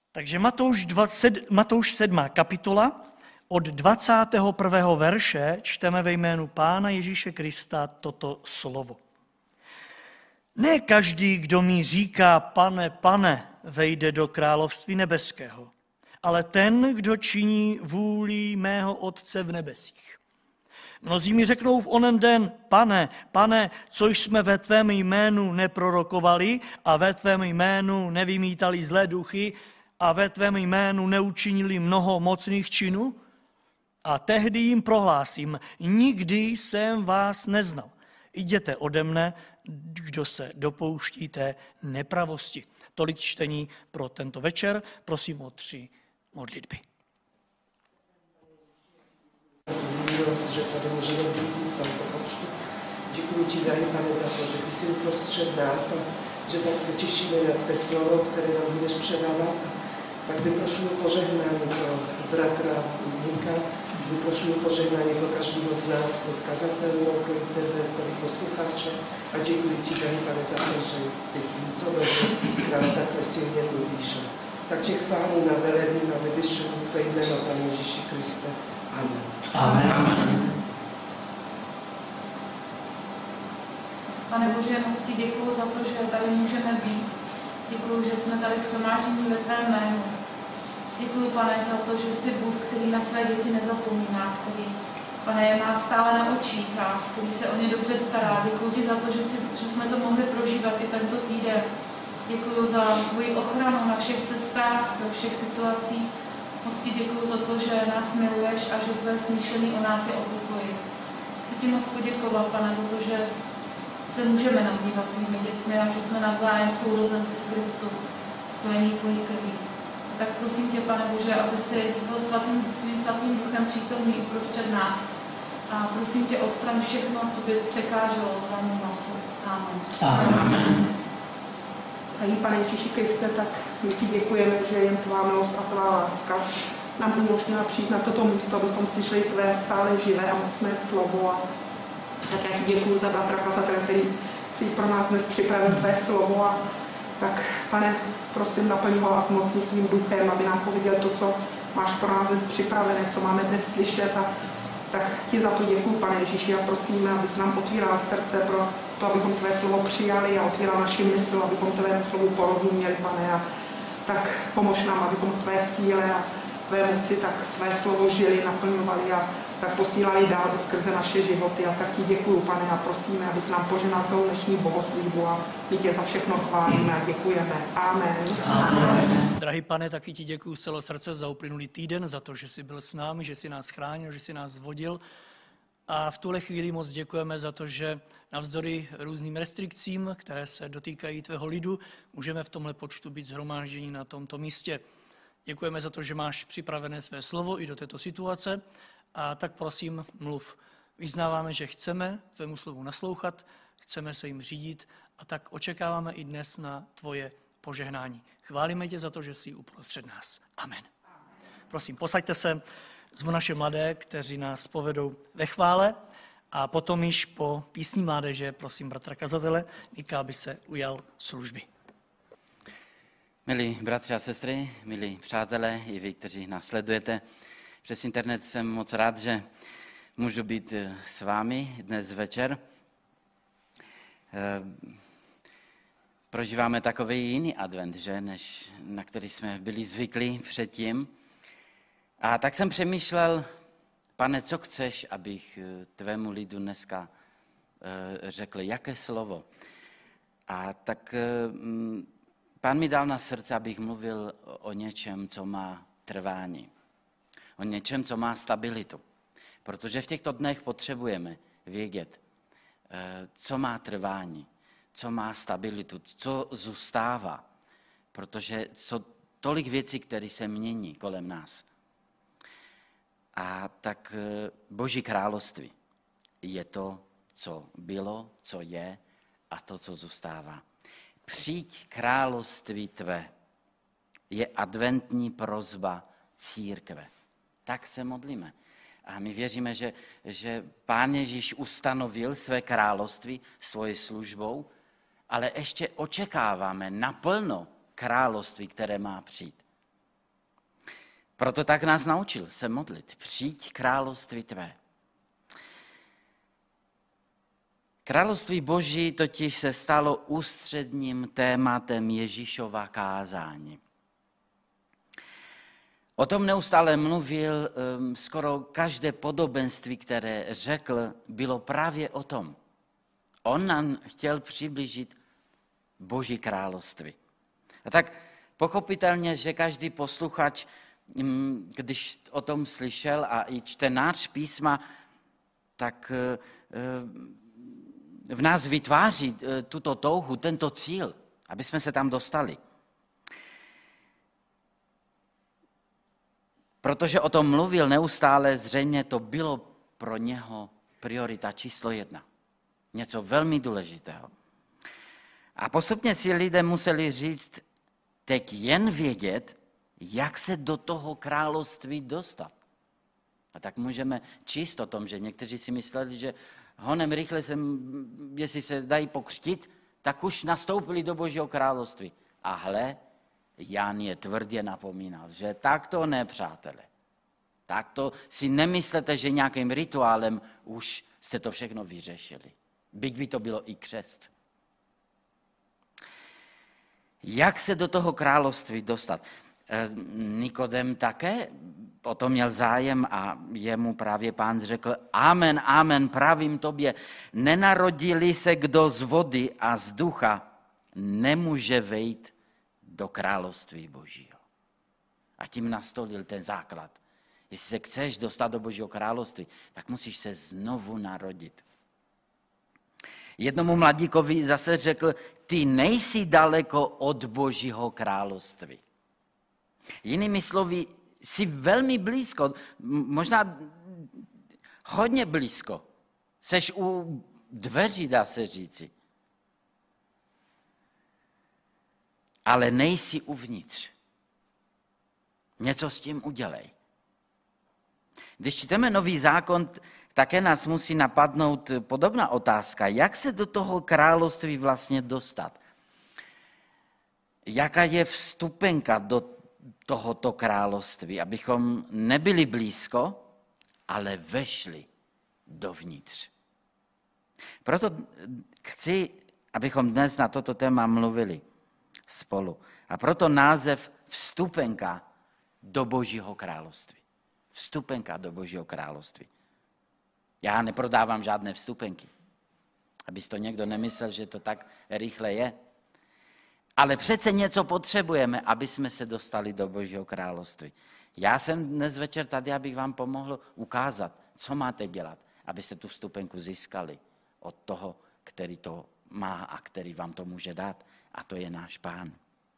Takže Matouš 7. kapitola, od 21. verše čteme ve jménu Pána Ježíše Krista toto slovo. Ne každý, kdo mi říká, pane, pane, vejde do království nebeského, ale ten, kdo činí vůli mého Otce v nebesích. Mnozí mi řeknou v onen den, pane, pane, co jsme ve tvém jménu neprorokovali a ve tvém jménu nevymítali zlé duchy a ve tvém jménu neučinili mnoho mocných činů? A tehdy jim prohlásím, nikdy jsem vás neznal. Jděte ode mne, kdo se dopouštíte nepravosti. Tolik čtení pro tento večer. Prosím o 3 modlitby. Milost, že tady můžeme být v tomto počtu. Děkuji ti, drahý Pane, za to, že ty jsi uprostřed nás a že tak se těšíme na tvé slovo, které nám budeš předávat. Tak vyprošuji požehnání pro bratra Nika, vyprošuji požehnání pro každého z nás, pro kazatelů, pro tebe, pro posluchače a děkuji ti, drahý Pane, za to, že ty to dobře takhle silně mluvíš. Tak tě chválím na velebím a vyvyšuji tvé jméno, Pane Ježíši Kriste. Amen. Amen. Pane Bože, moc ti děkuju za to, že tady můžeme být. Děkuju, že jsme tady shromáždění ve tvém jménu. Děkuju, Pane, za to, že jsi Bůh, který na své děti nezapomíná, který, Pane, je má stále na očích a který se o ně dobře stará. Děkuju ti za to, že jsme to mohli prožívat i tento týden. Děkuju za tvoji ochranu na všech cestách, ve všech situacích. Moc ti děkuju za to, že nás miluješ a že tvoje smýšlení o nás je o pokoji. Chci ti moc poděkovat, Pane, za to, že se můžeme nazývat tvými dětmi a že jsme navzájem sourozenci v Kristu, spojení tvojí krví. Tak prosím tě, Pane Bože, aby si byl svým svatým duchem přítomný uprostřed nás. A prosím tě, odstraň všechno, co by překáželo tvému hlasu. Amen. Amen. Drahý Pane Ježíši Kriste, tak my ti děkujeme, že jen tvá milost a tvá láska nám umožnila přijít na toto místo, abychom slyšeli tvé stále živé a mocné slovo. A tak já ti děkuju za bratra kazatele, který si pro nás dnes připravil tvé slovo. A tak, Pane, prosím, naplň ho a zmocni svým duchem, aby nám pověděl to, co máš pro nás dnes připravené, co máme dnes slyšet. A tak ti za to děkuju, Pane Ježíši, a prosíme, aby se nám otvíral srdce pro to, abychom tvé slovo přijali a otvíral naši mysl, abychom tvému slovu porozuměli, Pane. A tak pomož nám, abychom tvé síle a tvé moci, tak tvé slovo žili, naplňovali a tak posílali dál skrze naše životy. A tak ti děkuju, Pane, a prosíme, abys nám poženal celou dnešní bohoslužbu a my tě za všechno chválíme a děkujeme. Amen. Amen. Drahý Pane, taky ti děkuju z celého srdce za uplynulý týden, za to, že jsi byl s námi, že jsi nás chránil, že jsi nás vodil. A v tuhle chvíli moc děkujeme za to, že navzdory různým restrikcím, které se dotýkají tvého lidu, můžeme v tomhle počtu být shromáždění na tomto místě. Děkujeme za to, že máš připravené své slovo i do této situace. A tak prosím, mluv. Vyznáváme, že chceme tvému slovu naslouchat, chceme se jim řídit a tak očekáváme i dnes na tvoje požehnání. Chválíme tě za to, že jsi uprostřed nás. Amen. Prosím, posaďte se, zvu naše mladé, kteří nás povedou ve chvále a potom již po písni mládeže prosím bratra kazatele Nika, aby se ujal služby. Milí bratři a sestry, milí přátelé, i vy, kteří nás sledujete přes internet, jsem moc rád, že můžu být s vámi dnes večer. Prožíváme takový jiný advent, že, než na který jsme byli zvyklí předtím. A tak jsem přemýšlel, Pane, co chceš, abych tvému lidu dneska řekl, jaké slovo. A tak Pán mi dal na srdce, abych mluvil o něčem, co má trvání. O něčem, co má stabilitu. Protože v těchto dnech potřebujeme vědět, co má trvání, co má stabilitu, co zůstává. Protože jsou tolik věcí, které se mění kolem nás. A tak Boží království je to, co bylo, co je a to, co zůstává. Přijď království tvé je adventní prosba církve. Tak se modlíme. A my věříme, že Pán Ježíš ustanovil své království svojí službou, ale ještě očekáváme naplno království, které má přijít. Proto tak nás naučil se modlit. Přijď království tvé. Království Boží totiž se stalo ústředním tématem Ježíšova kázání. O tom neustále mluvil, skoro každé podobenství, které řekl, bylo právě o tom. On nám chtěl přiblížit Boží království. A tak pochopitelně, že každý posluchač, když o tom slyšel a i čtenář písma, tak v nás vytváří tuto touhu, tento cíl, aby jsme se tam dostali. Protože o tom mluvil neustále, zřejmě to bylo pro něho priorita číslo 1. Něco velmi důležitého. A postupně si lidé museli říct, teď jen vědět, jak se do toho království dostat. A tak můžeme číst o tom, že někteří si mysleli, že honem rychle jestli se dají pokřtit, tak už nastoupili do Božího království. A hle, Jan je tvrdě napomínal, že tak to ne, přátelé. Tak to si nemyslete, že nějakým rituálem už jste to všechno vyřešili. Byť by to bylo i křest. Jak se do toho království dostat? Nikodem také o to měl zájem a jemu právě Pán řekl, amen, amen, pravím tobě, nenarodili se kdo z vody a z ducha, nemůže vejít do království Božího. A tím nastolil ten základ. Jestli se chceš dostat do Božího království, tak musíš se znovu narodit. Jednomu mladíkovi zase řekl, ty nejsi daleko od Božího království. Jinými slovy, jsi velmi blízko, možná hodně blízko. Seš u dveří, dá se říci. Ale nejsi uvnitř. Něco s tím udělej. Když čteme Nový zákon, také nás musí napadnout podobná otázka. Jak se do toho království vlastně dostat? Jaká je vstupenka do tohoto království, abychom nebyli blízko, ale vešli dovnitř. Proto chci, abychom dnes na toto téma mluvili spolu. A proto název vstupenka do Božího království. Vstupenka do Božího království. Já neprodávám žádné vstupenky, aby to někdo nemyslel, že to tak rychle je. Ale přece něco potřebujeme, aby jsme se dostali do Božího království. Já jsem dnes večer tady, abych vám pomohl ukázat, co máte dělat, abyste tu vstupenku získali od toho, který to má a který vám to může dát. A to je náš Pán.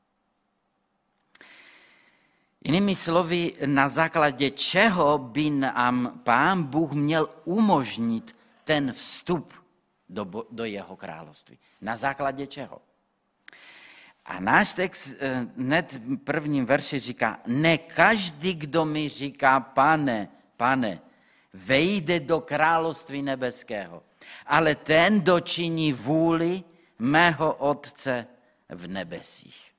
Jinými slovy, na základě čeho by nám Pán Bůh měl umožnit ten vstup do jeho království. Na základě čeho? A náš text hned v prvním verši říká, ne každý, kdo mi říká, pane, pane, vejde do království nebeského, ale ten dočiní vůli mého Otce v nebesích.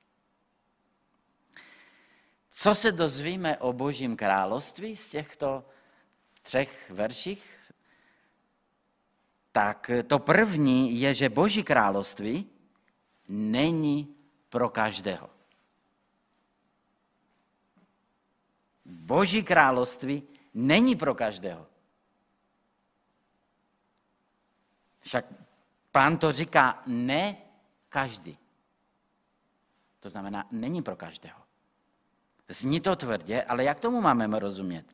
Co se dozvíme o Božím království z těchto 3 verších? Tak to první je, že Boží království není pro každého. Boží království není pro každého. Však Pán to říká, ne každý. To znamená, není pro každého. Zní to tvrdě, ale jak tomu máme rozumět?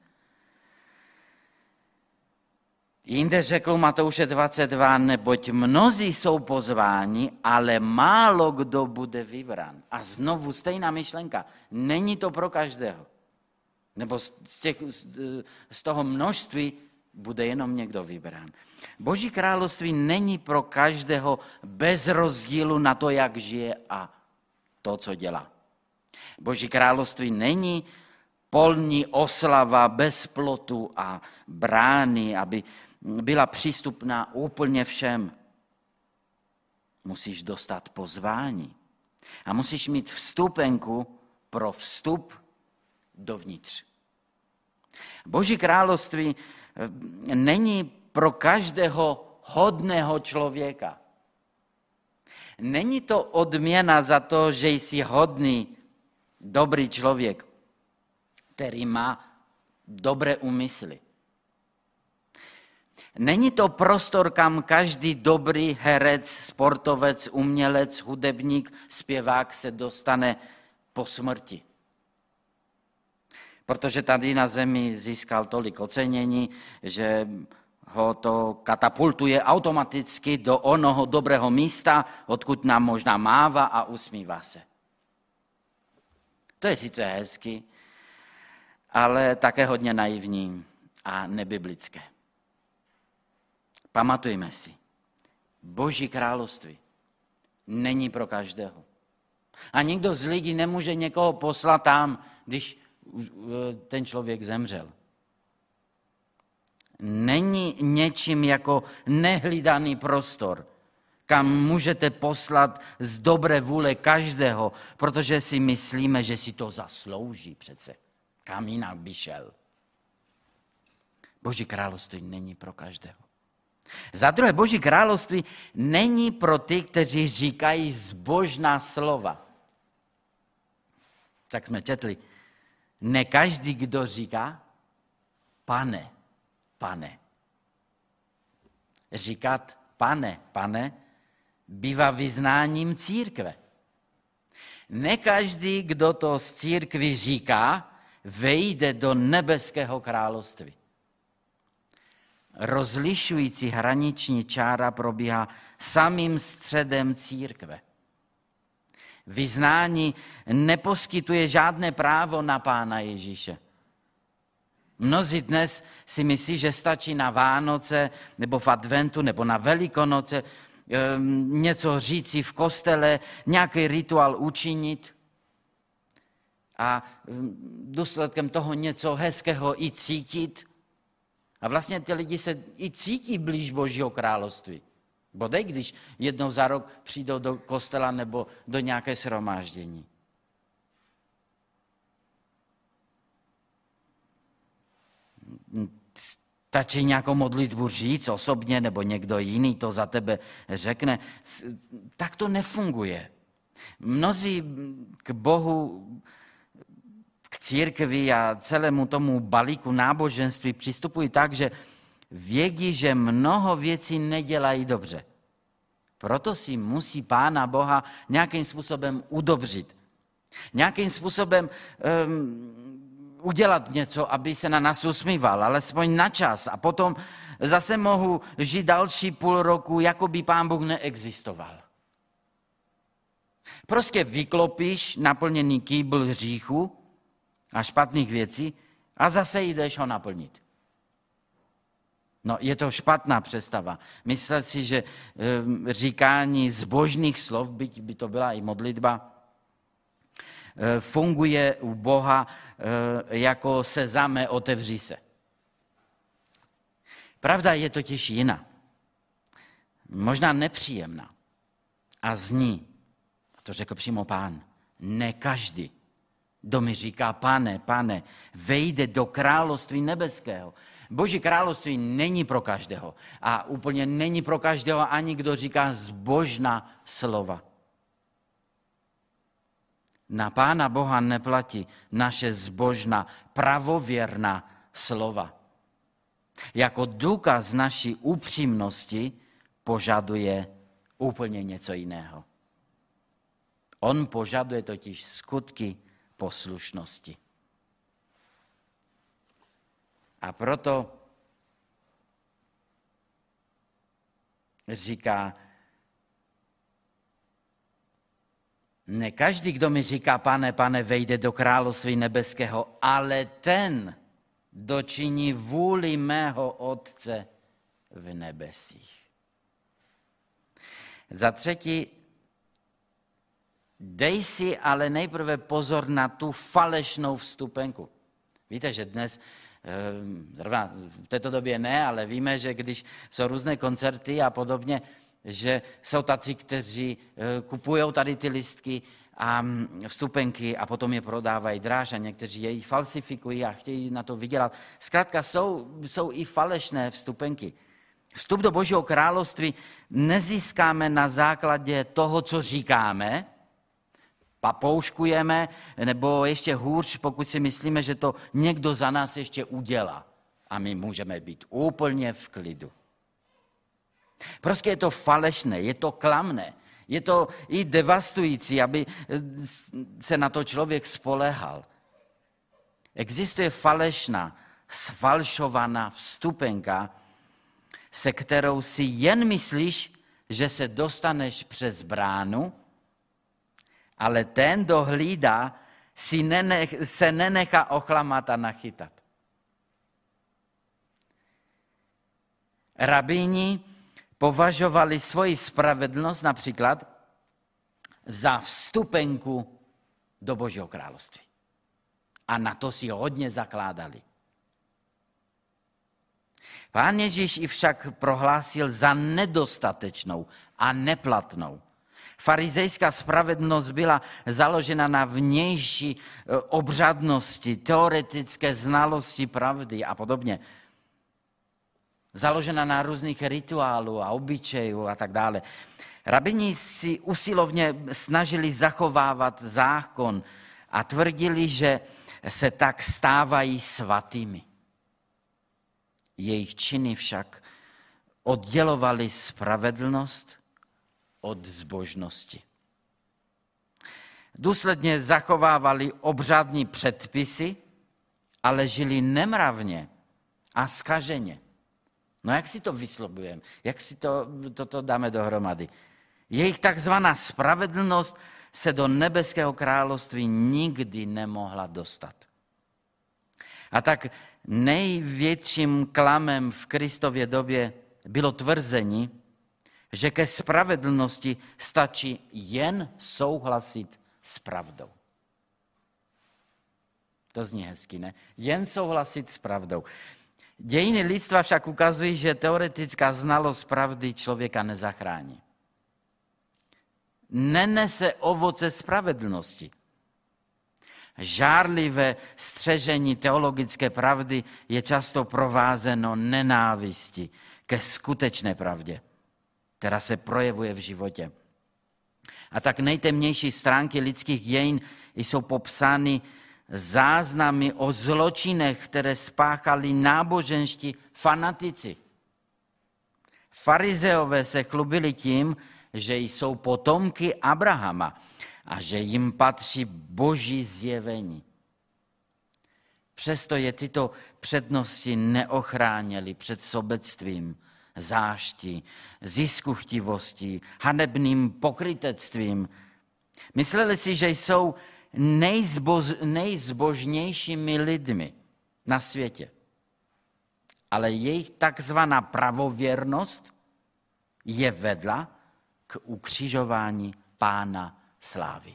Jinde řekl Matouše 22, neboť mnozí jsou pozváni, ale málo kdo bude vybrán. A znovu stejná myšlenka, není to pro každého. Nebo z toho množství bude jenom někdo vybrán. Boží království není pro každého bez rozdílu na to, jak žije a to, co dělá. Boží království není polní oslava bez plotu a brány, aby byla přístupná úplně všem. Musíš dostat pozvání a musíš mít vstupenku pro vstup dovnitř. Boží království není pro každého hodného člověka. Není to odměna za to, že jsi hodný, dobrý člověk, který má dobré úmysly. Není to prostor, kam každý dobrý herec, sportovec, umělec, hudebník, zpěvák se dostane po smrti. Protože tady na zemi získal tolik ocenění, že ho to katapultuje automaticky do onoho dobrého místa, odkud nám možná mává a usmívá se. To je sice hezky, ale také hodně naivní a nebiblické. Pamatujme si, Boží království není pro každého. A nikdo z lidí nemůže někoho poslat tam, když ten člověk zemřel. Není něčím jako nehlídaný prostor, kam můžete poslat z dobré vůle každého, protože si myslíme, že si to zaslouží přece. Kam jinak by šel? Boží království není pro každého. Za druhé, Boží království není pro ty, kteří říkají zbožná slova. Tak jsme četli. Ne každý, kdo říká, pane, pane. Říkat pane, pane, bývá vyznáním církve. Ne každý, kdo to z církvi říká, vejde do nebeského království. Rozlišující hraniční čára probíhá samým středem církve. Vyznání neposkytuje žádné právo na Pána Ježíše. Mnozí dnes si myslí, že stačí na Vánoce nebo v adventu nebo na Velikonoce něco říci v kostele, nějaký rituál učinit a důsledkem toho něco hezkého i cítit. A vlastně ty lidi se i cítí blíž Božího království. Bodej, když jednou za rok přijdou do kostela nebo do nějaké shromáždění. Stačí nějakou modlitbu říct osobně, nebo někdo jiný to za tebe řekne. Tak to nefunguje. Mnozí k Bohu, k církvi a celému tomu balíku náboženství přistupují tak, že vědí, že mnoho věcí nedělají dobře. Proto si musí Pána Boha nějakým způsobem udobřit. Nějakým způsobem udělat něco, aby se na nás usmíval, alespoň na čas. A potom zase mohu žít další půl roku, jako by Pán Bůh neexistoval. Prostě vyklopíš naplněný kýbl hříchu a špatných věcí a zase jdeš ho naplnit. No, je to špatná představa. Myslet si, že říkání zbožných slov, byť by to byla i modlitba, funguje u Boha jako sezame, otevří se. Pravda je totiž jiná. Možná nepříjemná. A zní, to řekl přímo Pán, ne každý, kdo mi říká, pane, pane, vejde do království nebeského. Boží království není pro každého. A úplně není pro každého ani kdo říká zbožná slova. Na Pána Boha neplatí naše zbožná, pravověrná slova. Jako důkaz naší upřímnosti požaduje úplně něco jiného. On požaduje totiž skutky poslušnosti. A proto říká, ne každý, kdo mi říká, pane, pane, vejde do království nebeského, ale ten dočiní vůli mého Otce v nebesích. Za třetí, dej si ale nejprve pozor na tu falešnou vstupenku. Víte, že dnes, zrovna v této době ne, ale víme, že když jsou různé koncerty a podobně, že jsou tací, kteří kupují tady ty lístky a vstupenky a potom je prodávají dráž a někteří je falsifikují a chtějí na to vydělat. Zkrátka jsou i falešné vstupenky. Vstup do Božího království nezískáme na základě toho, co říkáme, papouškujeme, nebo ještě hůř, pokud si myslíme, že to někdo za nás ještě udělá. A my můžeme být úplně v klidu. Prostě je to falešné, je to klamné, je to i devastující, aby se na to člověk spolehal. Existuje falešná, sfalšovaná vstupenka, se kterou si jen myslíš, že se dostaneš přes bránu, ale ten, kdo hlídá, se nenechá ochlamat a nachytat. Rabíni považovali svoji spravedlnost například za vstupenku do Božího království. A na to si hodně zakládali. Pán Ježíš ji však prohlásil za nedostatečnou a neplatnou. Farizejská spravedlnost byla založena na vnější obřadnosti, teoretické znalosti pravdy a podobně. Založena na různých rituálů a obyčejů a tak dále. Rabini si usilovně snažili zachovávat zákon a tvrdili, že se tak stávají svatými. Jejich činy však oddělovaly spravedlnost od zbožnosti. Důsledně zachovávali obřadní předpisy, ale žili nemravně a zkaženě. No jak si to vyslovujeme? Jak si toto dáme dohromady? Jejich takzvaná spravedlnost se do nebeského království nikdy nemohla dostat. A tak největším klamem v Kristově době bylo tvrzení, že ke spravedlnosti stačí jen souhlasit s pravdou. To zní hezky, ne? Jen souhlasit s pravdou. Dějiny lidstva však ukazují, že teoretická znalost pravdy člověka nezachrání. Nenese ovoce spravedlnosti. Žárlivé střežení teologické pravdy je často provázeno nenávistí ke skutečné pravdě, která se projevuje v životě. A tak nejtemnější stránky lidských dějin jsou popsány záznamy o zločinech, které spáchali náboženští fanatici. Farizeové se chlubili tím, že jsou potomky Abrahama a že jim patří Boží zjevení. Přesto je tyto přednosti neochránily před sobectvím, záští, ziskuchtivostí, hanebným pokrytectvím. Mysleli si, že jsou nejzbožnějšími lidmi na světě. Ale jejich takzvaná pravověrnost je vedla k ukřižování Pána slávy.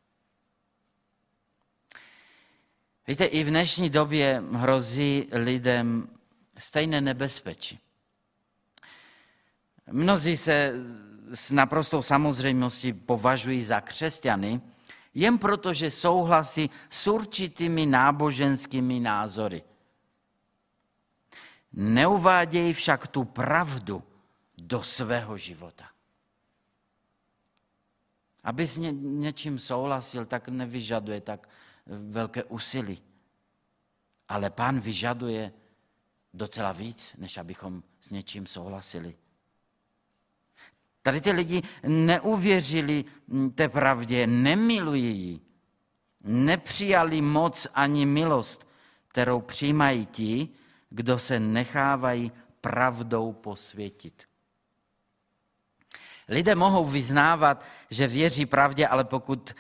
Víte, i v dnešní době hrozí lidem stejné nebezpečí. Mnozí se s naprostou samozřejmostí považují za křesťany, jen proto, že souhlasí s určitými náboženskými názory. Neuvádějí však tu pravdu do svého života. Aby s něčím souhlasil, tak nevyžaduje tak velké úsilí. Ale Pán vyžaduje docela víc, než abychom s něčím souhlasili. Tady ty lidi neuvěřili té pravdě, nemilují ji, nepřijali moc ani milost, kterou přijímají ti, kdo se nechávají pravdou posvětit. Lidé mohou vyznávat, že věří pravdě, ale pokud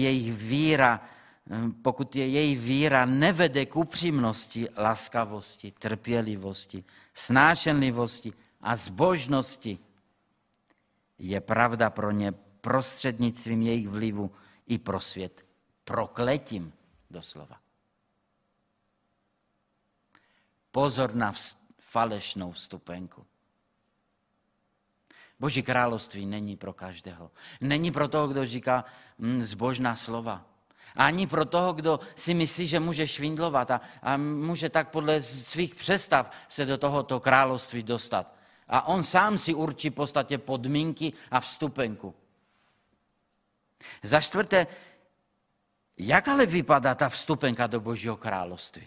jejich víra nevede k upřímnosti, laskavosti, trpělivosti, snášenlivosti a zbožnosti, je pravda pro ně prostřednictvím jejich vlivu i pro svět prokletím doslova. Pozor na falešnou vstupenku. Boží království není pro každého. Není pro toho, kdo říká zbožná slova. Ani pro toho, kdo si myslí, že může švindlovat a může tak podle svých představ se do tohoto království dostat. A on sám si určí v podstatě podmínky a vstupenku. Za čtvrté, jak ale vypadá ta vstupenka do Božího království?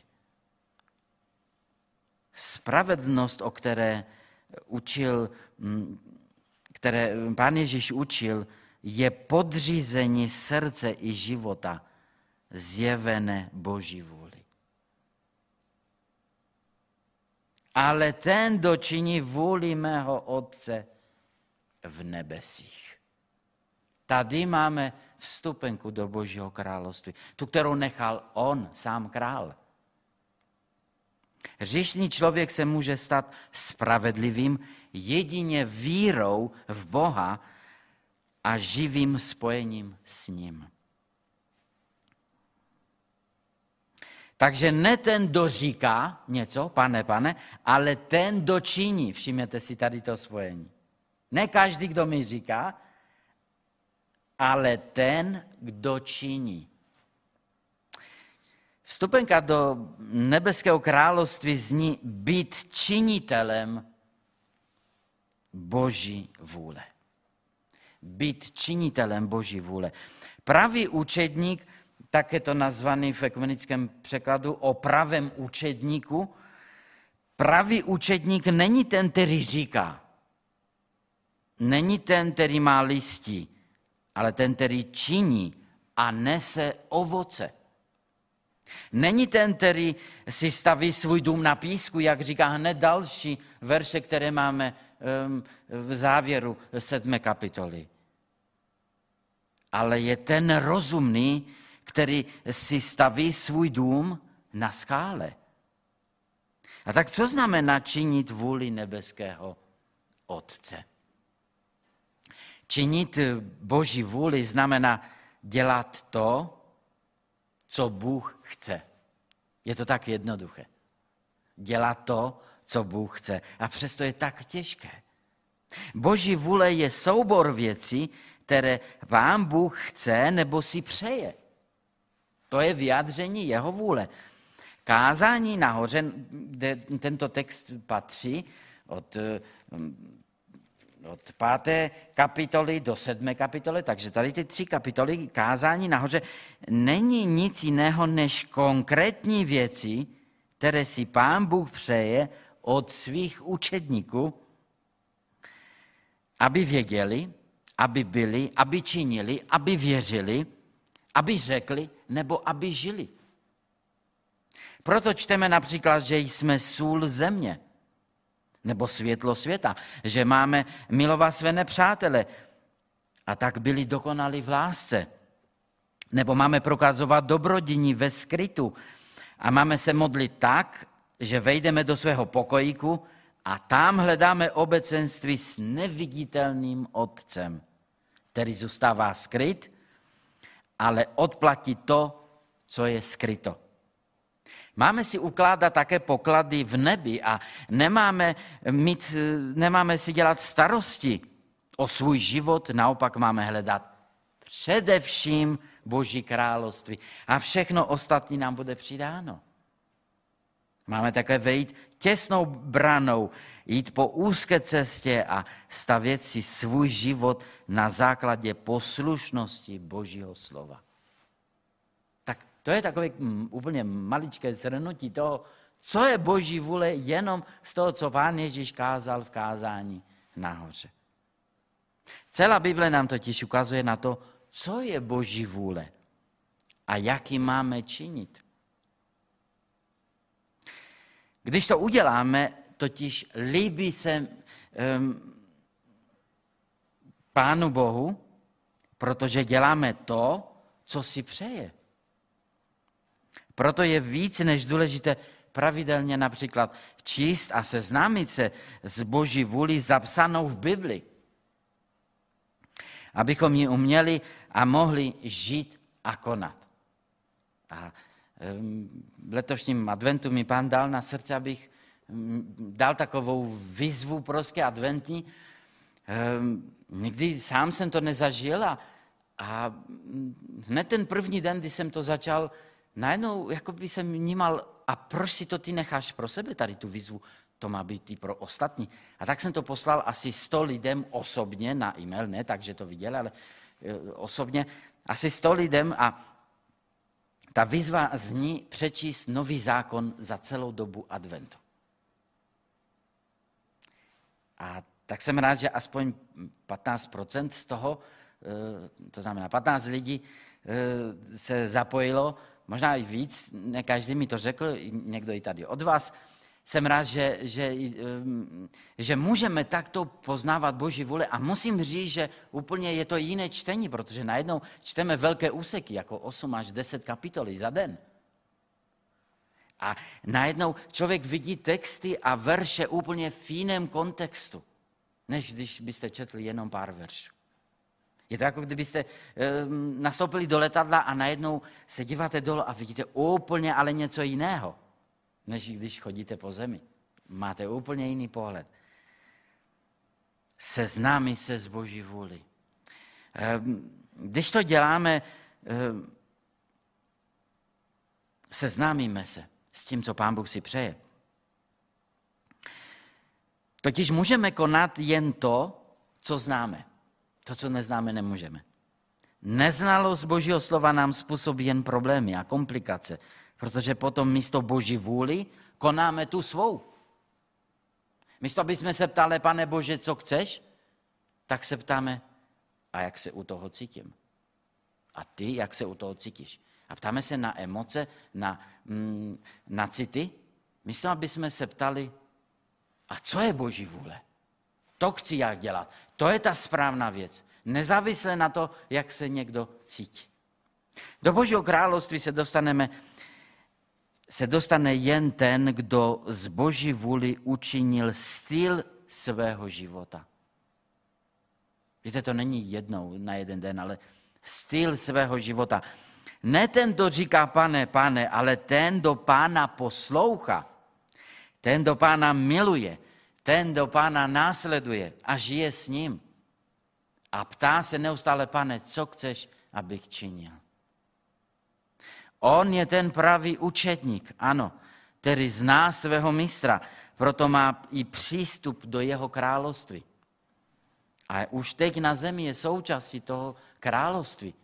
Spravedlnost, o které Pán Ježíš učil, je podřízení srdce i života zjevené Boží vůli. Ale ten dočiní vůli mého Otce v nebesích. Tady máme vstupenku do Božího království, tu, kterou nechal on, sám král. Hříšný člověk se může stát spravedlivým jedině vírou v Boha a živým spojením s ním. Takže ne ten, kdo říká něco, pane, ale ten, kdo činí. Všimněte si tady to spojení. Ne každý, kdo mi říká, ale ten, kdo činí. Vstupenka do nebeského království zní být činitelem Boží vůle. Být činitelem Boží vůle. Pravý učedník, tak je to nazvaný v ekumenickém překladu o pravém učedníku. Pravý učedník není ten, který říká. Není ten, který má listí, ale ten, který činí a nese ovoce. Není ten, který si staví svůj dům na písku, jak říká hned další verše, které máme v závěru 7. kapitoly. Ale je ten rozumný, který si staví svůj dům na skále. A tak co znamená činit vůli nebeského Otce? Činit Boží vůli znamená dělat to, co Bůh chce. Je to tak jednoduché. Dělat to, co Bůh chce. A přesto je tak těžké. Boží vůle je soubor věcí, které Pán Bůh chce nebo si přeje. To je vyjádření jeho vůle. Kázání nahoře, kde tento text patří, od 5. kapitoly do 7. kapitoly, takže tady ty 3 kapitoly kázání nahoře není nic jiného než konkrétní věci, které si Pán Bůh přeje od svých učedníků, aby věděli, aby byli, aby činili, aby věřili, aby řekli nebo aby žili. Proto čteme například, že jsme sůl země nebo světlo světa, že máme milovat své nepřátele a tak byli dokonali v lásce. Nebo máme prokazovat dobrodiní ve skrytu a máme se modlit tak, že vejdeme do svého pokojíku a tam hledáme obecenství s neviditelným Otcem, který zůstává skryt, ale odplatí to, co je skryto. Máme si ukládat také poklady v nebi a nemáme si dělat starosti o svůj život, naopak máme hledat především Boží království a všechno ostatní nám bude přidáno. Máme také vejít těsnou branou, jít po úzké cestě a stavět si svůj život na základě poslušnosti Božího slova. Tak to je takové úplně maličké shrnutí toho, co je Boží vůle, jenom z toho, co Pán Ježíš kázal v kázání nahoře. Celá Bible nám totiž ukazuje na to, co je Boží vůle a jak ji máme činit. Když to uděláme, totiž líbí se Pánu Bohu, protože děláme to, co si přeje. Proto je víc než důležité pravidelně například číst a seznámit se s Boží vůli zapsanou v Bibli. Abychom ji uměli a mohli žít a konat. A v letošním adventu mi Pán dal na srdce, abych dal takovou výzvu prostě adventní, Nikdy sám jsem to nezažil a hned ten první den, kdy jsem to začal, najednou jakoby jsem vnímal, a proč si to ty necháš pro sebe, tady tu výzvu, to má být i pro ostatní. A tak jsem to poslal asi 100 lidem osobně na e-mail, ne tak, že to viděli, ale osobně, asi 100 lidem a ta výzva zní přečíst nový zákon za celou dobu adventu. A tak jsem rád, že aspoň 15% z toho, to znamená 15 lidí, se zapojilo, možná i víc, ne každý mi to řekl, někdo i tady od vás. Jsem rád, že můžeme takto poznávat Boží vůli a musím říct, že úplně je to jiné čtení, protože najednou čteme velké úseky, jako 8 až 10 kapitolí za den. A najednou člověk vidí texty a verše úplně v jiném kontextu, než když byste četli jenom pár veršů. Je to jako kdybyste nastoupili do letadla a najednou se díváte dolů a vidíte úplně ale něco jiného, než když chodíte po zemi. Máte úplně jiný pohled. Seznámí se s Boží vůli. Když to děláme, seznámíme se s tím, co Pán Bůh si přeje. Totiž můžeme konat jen to, co známe. To, co neznáme, nemůžeme. Neznalost Božího slova nám způsobí jen problémy a komplikace, protože potom místo Boží vůli konáme tu svou. Místo, aby jsme se ptali, Pane Bože, co chceš, tak se ptáme, a jak se u toho cítím. A ty, jak se u toho cítíš. A ptáme se na emoce, na city. Místo, aby jsme se ptali, a co je Boží vůle? To chci jak dělat. To je ta správná věc. Nezávisle na to, jak se někdo cítí. Do Božího království se dostane jen ten, kdo z Boží vůli učinil styl svého života. Víte, to není jednou na jeden den, ale styl svého života. Ne ten, kdo říká Pane, Pane, ale ten, kdo Pána poslouchá. Ten, kdo Pána miluje. Ten, kdo Pána následuje a žije s ním. A ptá se neustále, Pane, co chceš, abych činil. On je ten pravý učedník, ano, který zná svého mistra, proto má i přístup do jeho království. A už teď na zemi je součástí toho království.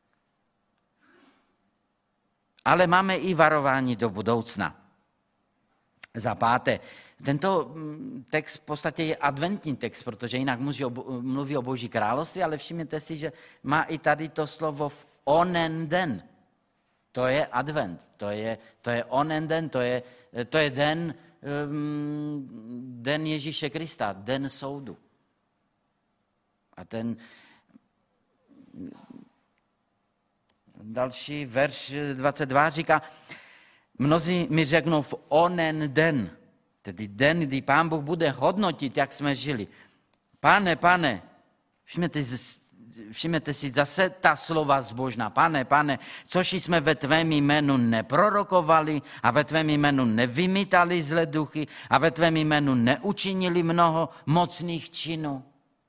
Ale máme i varování do budoucna. Za páté, tento text v podstatě je adventní text, protože jinak mluví o Boží království, ale všimněte si, že má i tady to slovo v onen den. To je advent, to je onen den, to je den Ježíše Krista, den soudu. A ten další verš 22 říká, mnozí mi řeknou v onen den, tedy den, kdy Pán Bůh bude hodnotit, jak jsme žili. Pane, Pane, všimněte si zase ta slova zbožná. Pane, Pane, což jsme ve tvém jménu neprorokovali a ve tvém jménu nevymítali zlé duchy a ve tvém jménu neučinili mnoho mocných činů.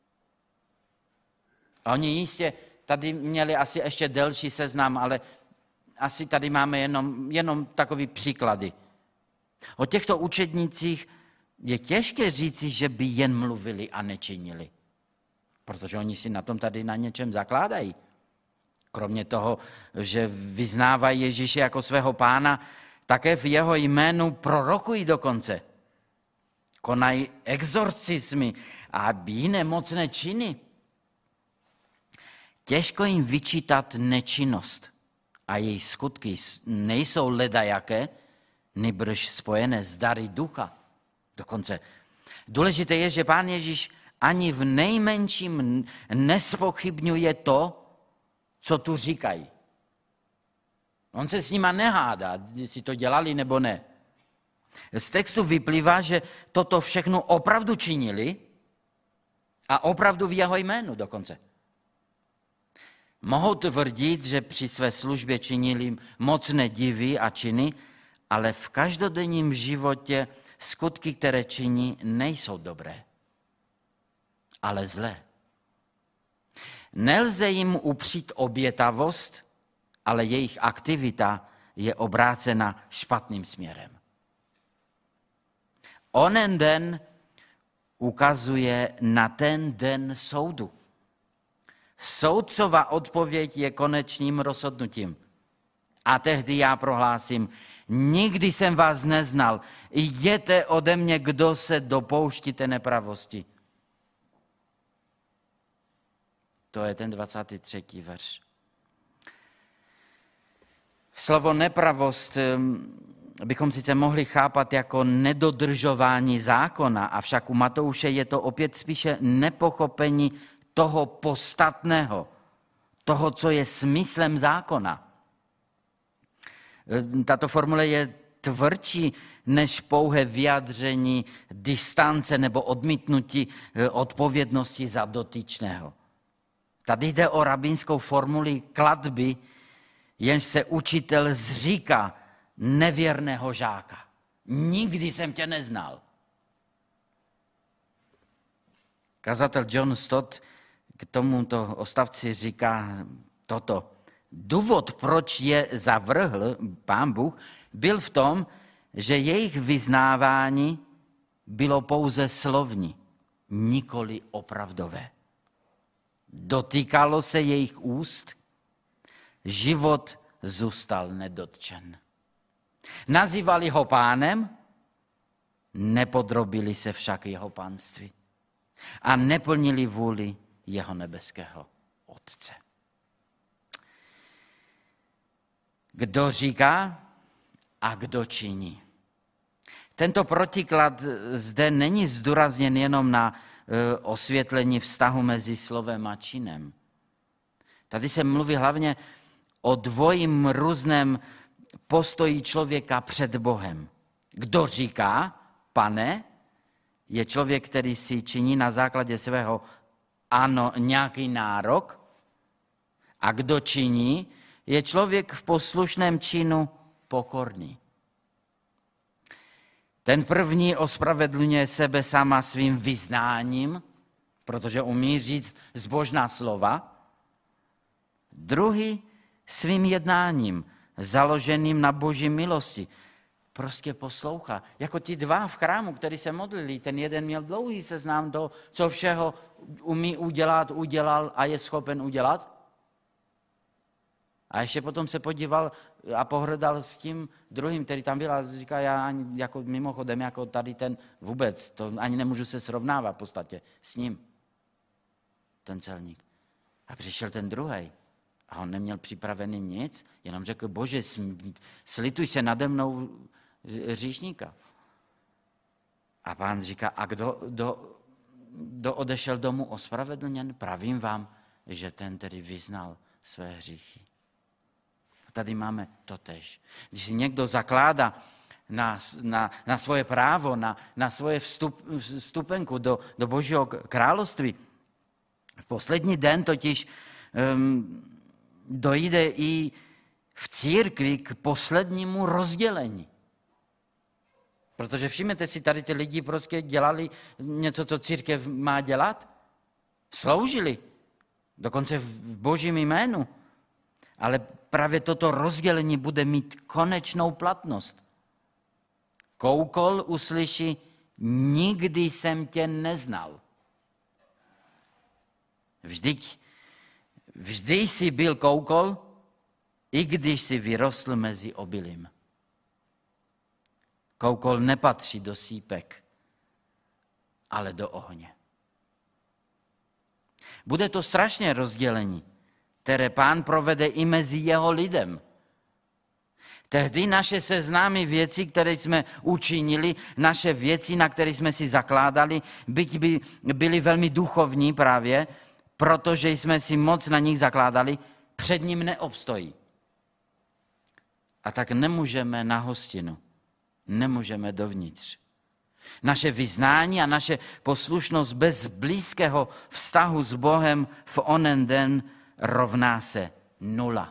A oni jistě tady měli asi ještě delší seznam, ale asi tady máme jenom takový příklady. O těchto učednících je těžké říci, že by jen mluvili a nečinili. Protože oni si na tom tady na něčem zakládají. Kromě toho, že vyznávají Ježíše jako svého pána, také v jeho jménu prorokují dokonce. Konají exorcismy a jiné mocné činy. Těžko jim vyčítat nečinnost a její skutky nejsou ledajaké, nýbrž spojené s dary ducha. Dokonce důležité je, že Pán Ježíš ani v nejmenším nespochybňuje to, co tu říkají. On se s nima nehádá, jestli to dělali nebo ne. Z textu vyplývá, že toto všechno opravdu činili a opravdu v jeho jménu dokonce. Mohou tvrdit, že při své službě činili mocné divy a činy, ale v každodenním životě skutky, které činí, nejsou dobré. ale zlé. Nelze jim upřít obětavost, ale jejich aktivita je obrácena špatným směrem. Onen den ukazuje na ten den soudu. Soudcova odpověď je konečným rozhodnutím. A tehdy já prohlásím, nikdy jsem vás neznal, jděte ode mě, kdo se dopouštíte nepravosti. To je ten 23. verš. Slovo nepravost bychom sice mohli chápat jako nedodržování zákona, avšak u Matouše je to opět spíše nepochopení toho podstatného, toho, co je smyslem zákona. Tato formule je tvrdší než pouhé vyjádření distance nebo odmítnutí odpovědnosti za dotyčného. Tady jde o rabínskou formuli klatby, jenž se učitel zříká nevěrného žáka. Nikdy jsem tě neznal. Kazatel John Stott k tomuto odstavci říká toto. Důvod, proč je zavrhl Pán Bůh, byl v tom, že jejich vyznávání bylo pouze slovní, nikoli opravdové. Dotýkalo se jejich úst, život zůstal nedotčen. Nazývali ho pánem, nepodrobili se však jeho pánství a neplnili vůli jeho nebeského Otce. Kdo říká a kdo činí? Tento protiklad zde není zdůrazněn jenom na osvětlení vztahu mezi slovem a činem. Tady se mluví hlavně o dvojím různém postoji člověka před Bohem. Kdo říká, Pane, je člověk, který si činí na základě svého ano nějaký nárok, a kdo činí, je člověk v poslušném činu pokorný. Ten první ospravedlňuje sebe sama svým vyznáním, protože umí říct zbožná slova. Druhý svým jednáním, založeným na Boží milosti. Prostě poslouchá. Jako ti dva v chrámu, kteří se modlili, ten jeden měl dlouhý seznam do, co všeho umí udělat, udělal a je schopen udělat. A ještě potom se podíval a pohrdal s tím druhým, který tam byl a říká, já ani jako mimochodem, jako tady ten vůbec, to ani nemůžu se srovnávat v podstatě s ním, ten celník. A přišel ten druhý a on neměl připravený nic, jenom řekl, Bože, slituj se nade mnou hříšníka. A Pán říká, a kdo odešel domů ospravedlněn? Pravím vám, že ten tedy vyznal své hříchy. Tady máme totéž. Když si někdo zakládá na svoje právo, na svoje vstupenku do Božího království, v poslední den totiž dojde i v církvi k poslednímu rozdělení. Protože všimněte si, tady ty lidi prostě dělali něco, co církev má dělat. Sloužili. Dokonce v Božím jménu. Ale právě toto rozdělení bude mít konečnou platnost. Koukol uslyší, nikdy jsem tě neznal. Vždy jsi byl koukol, i když jsi vyrostl mezi obilím. Koukol nepatří do sýpek, ale do ohně. Bude to strašné rozdělení, které Pán provede i mezi jeho lidem. Tehdy naše seznámy věcí, které jsme učinili, naše věci, na které jsme si zakládali, byť by byly velmi duchovní právě, protože jsme si moc na nich zakládali, před ním neobstojí. A tak nemůžeme na hostinu, nemůžeme dovnitř. Naše vyznání a naše poslušnost bez blízkého vztahu s Bohem v onen den rovná se 0.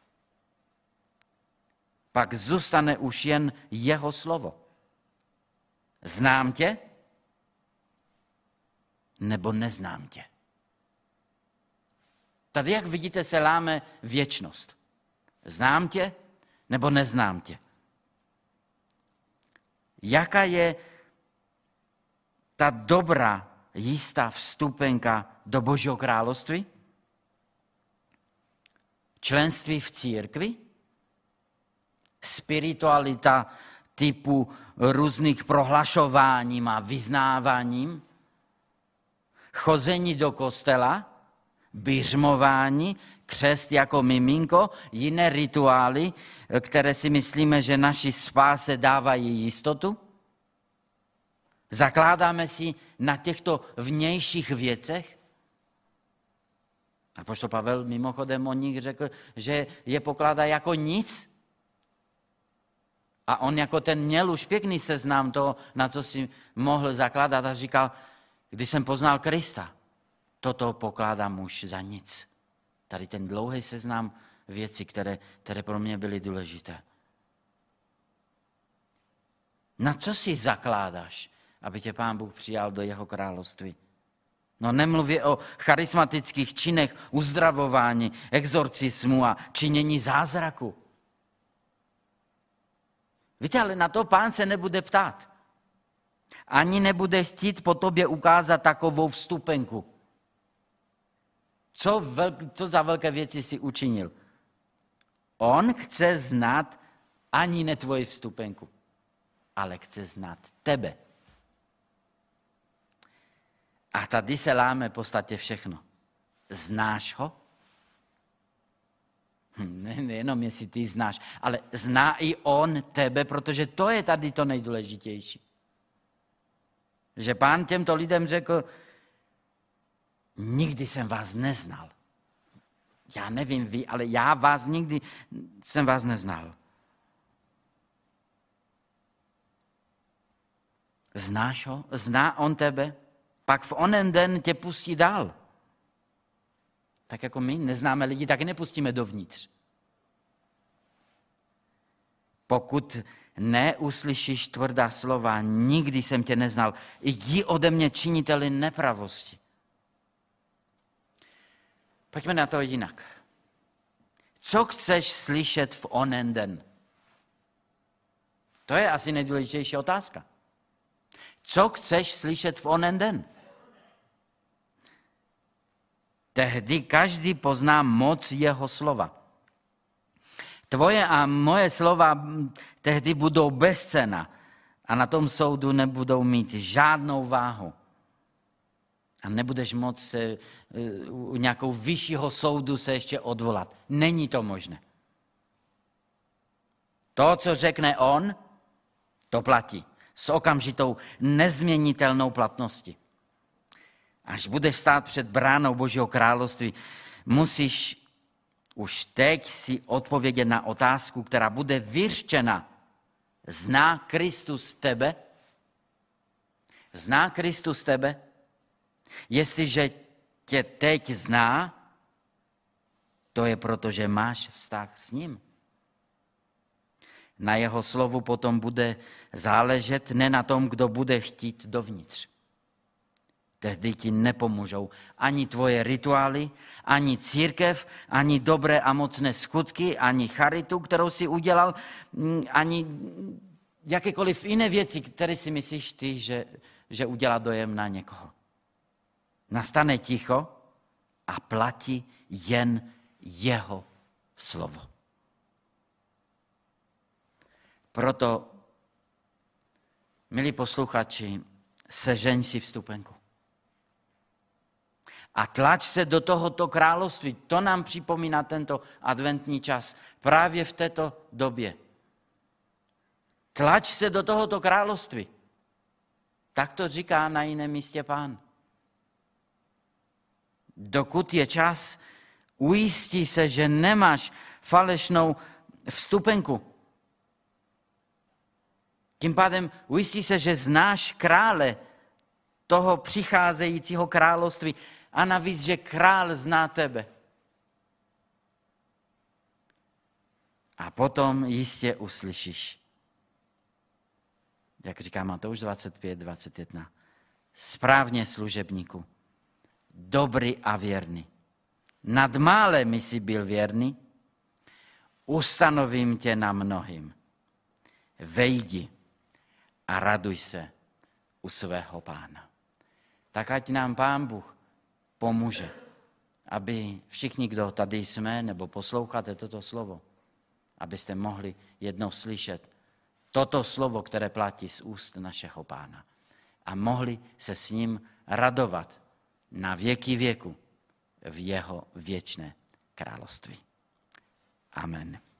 Pak zůstane už jen jeho slovo. Znám tě? nebo neznám tě. Tady, jak vidíte, se láme věčnost. Znám tě, nebo neznám tě. Jaká je ta dobrá, jistá vstupenka do Božího království? Členství v církvi? Spiritualita typu různých prohlašováním a vyznáváním? Chození do kostela? Biřmování, křest jako miminko, jiné rituály, které si myslíme, že naši spáse dávají jistotu? Zakládáme si na těchto vnějších věcech? Apoštol Pavel mimochodem o nich řekl, že je pokládá jako nic. A on jako ten měl už pěkný seznam toho, na co si mohl zakládat a říkal, když jsem poznal Krista, toto pokládám už za nic. Tady ten dlouhý seznam věcí, které pro mě byly důležité. Na co si zakládáš, aby tě Pán Bůh přijal do jeho království? No nemluví o charismatických činech, uzdravování, exorcismu a činění zázraku. Víte, ale na to Pán se nebude ptát. Ani nebude chtít po tobě ukázat takovou vstupenku. Co za velké věci si učinil? On chce znát ani ne tvoji vstupenku, ale chce znát tebe. A tady se láme v podstatě všechno. Znáš ho? Nejenom jestli ty znáš, ale zná i on tebe, protože to je tady to nejdůležitější. Že Pán těmto lidem řekl, nikdy jsem vás neznal. Já nevím vy, ale já vás nikdy jsem vás neznal. Znáš ho? Zná on tebe? Pak v onen den tě pustí dál. Tak jako my neznáme lidi, tak nepustíme dovnitř. Pokud neuslyšíš tvrdá slova, nikdy jsem tě neznal, jdi ode mě, činiteli nepravosti. Pojďme na to jinak. Co chceš slyšet v onen den? To je asi nejdůležitější otázka. Co chceš slyšet v onen den? Tehdy každý pozná moc jeho slova. Tvoje a moje slova tehdy budou bezcenná a na tom soudu nebudou mít žádnou váhu. A nebudeš moct se u nějakou vyššího soudu se ještě odvolat. Není to možné. To, co řekne on, to platí. S okamžitou nezměnitelnou platností. Až budeš stát před bránou Božího království, musíš už teď si odpovědět na otázku, která bude vyřčena. Zná Kristus tebe? Zná Kristus tebe? Jestliže tě teď zná, to je proto, že máš vztah s ním. Na jeho slovu potom bude záležet ne na tom, kdo bude chtít dovnitř. Tehdy ti nepomůžou ani tvoje rituály, ani církev, ani dobré a mocné skutky, ani charitu, kterou si udělal, ani jakékoliv jiné věci, které si myslíš ty, že udělá dojem na někoho. Nastane ticho a platí jen jeho slovo. Proto, milí posluchači, sežeň si vstupenku. A tlač se do tohoto království. To nám připomíná tento adventní čas. Právě v této době. Tlač se do tohoto království. Tak to říká na jiném místě Pán. Dokud je čas, ujistí se, že nemáš falešnou vstupenku. Tím pádem ujistí se, že znáš krále toho přicházejícího království a navíc, že král zná tebe. A potom jistě uslyšíš, jak říká Matouš 25, 21. správně služebníku, dobrý a věrný. Nad málem jsi byl věrný, ustanovím tě na mnohým. Vejdi a raduj se u svého Pána. Tak ať nám Pán Bůh pomůže, aby všichni, kdo tady jsme, nebo posloucháte toto slovo, abyste mohli jednou slyšet toto slovo, které platí z úst našeho Pána. A mohli se s ním radovat na věky věku v jeho věčné království. Amen.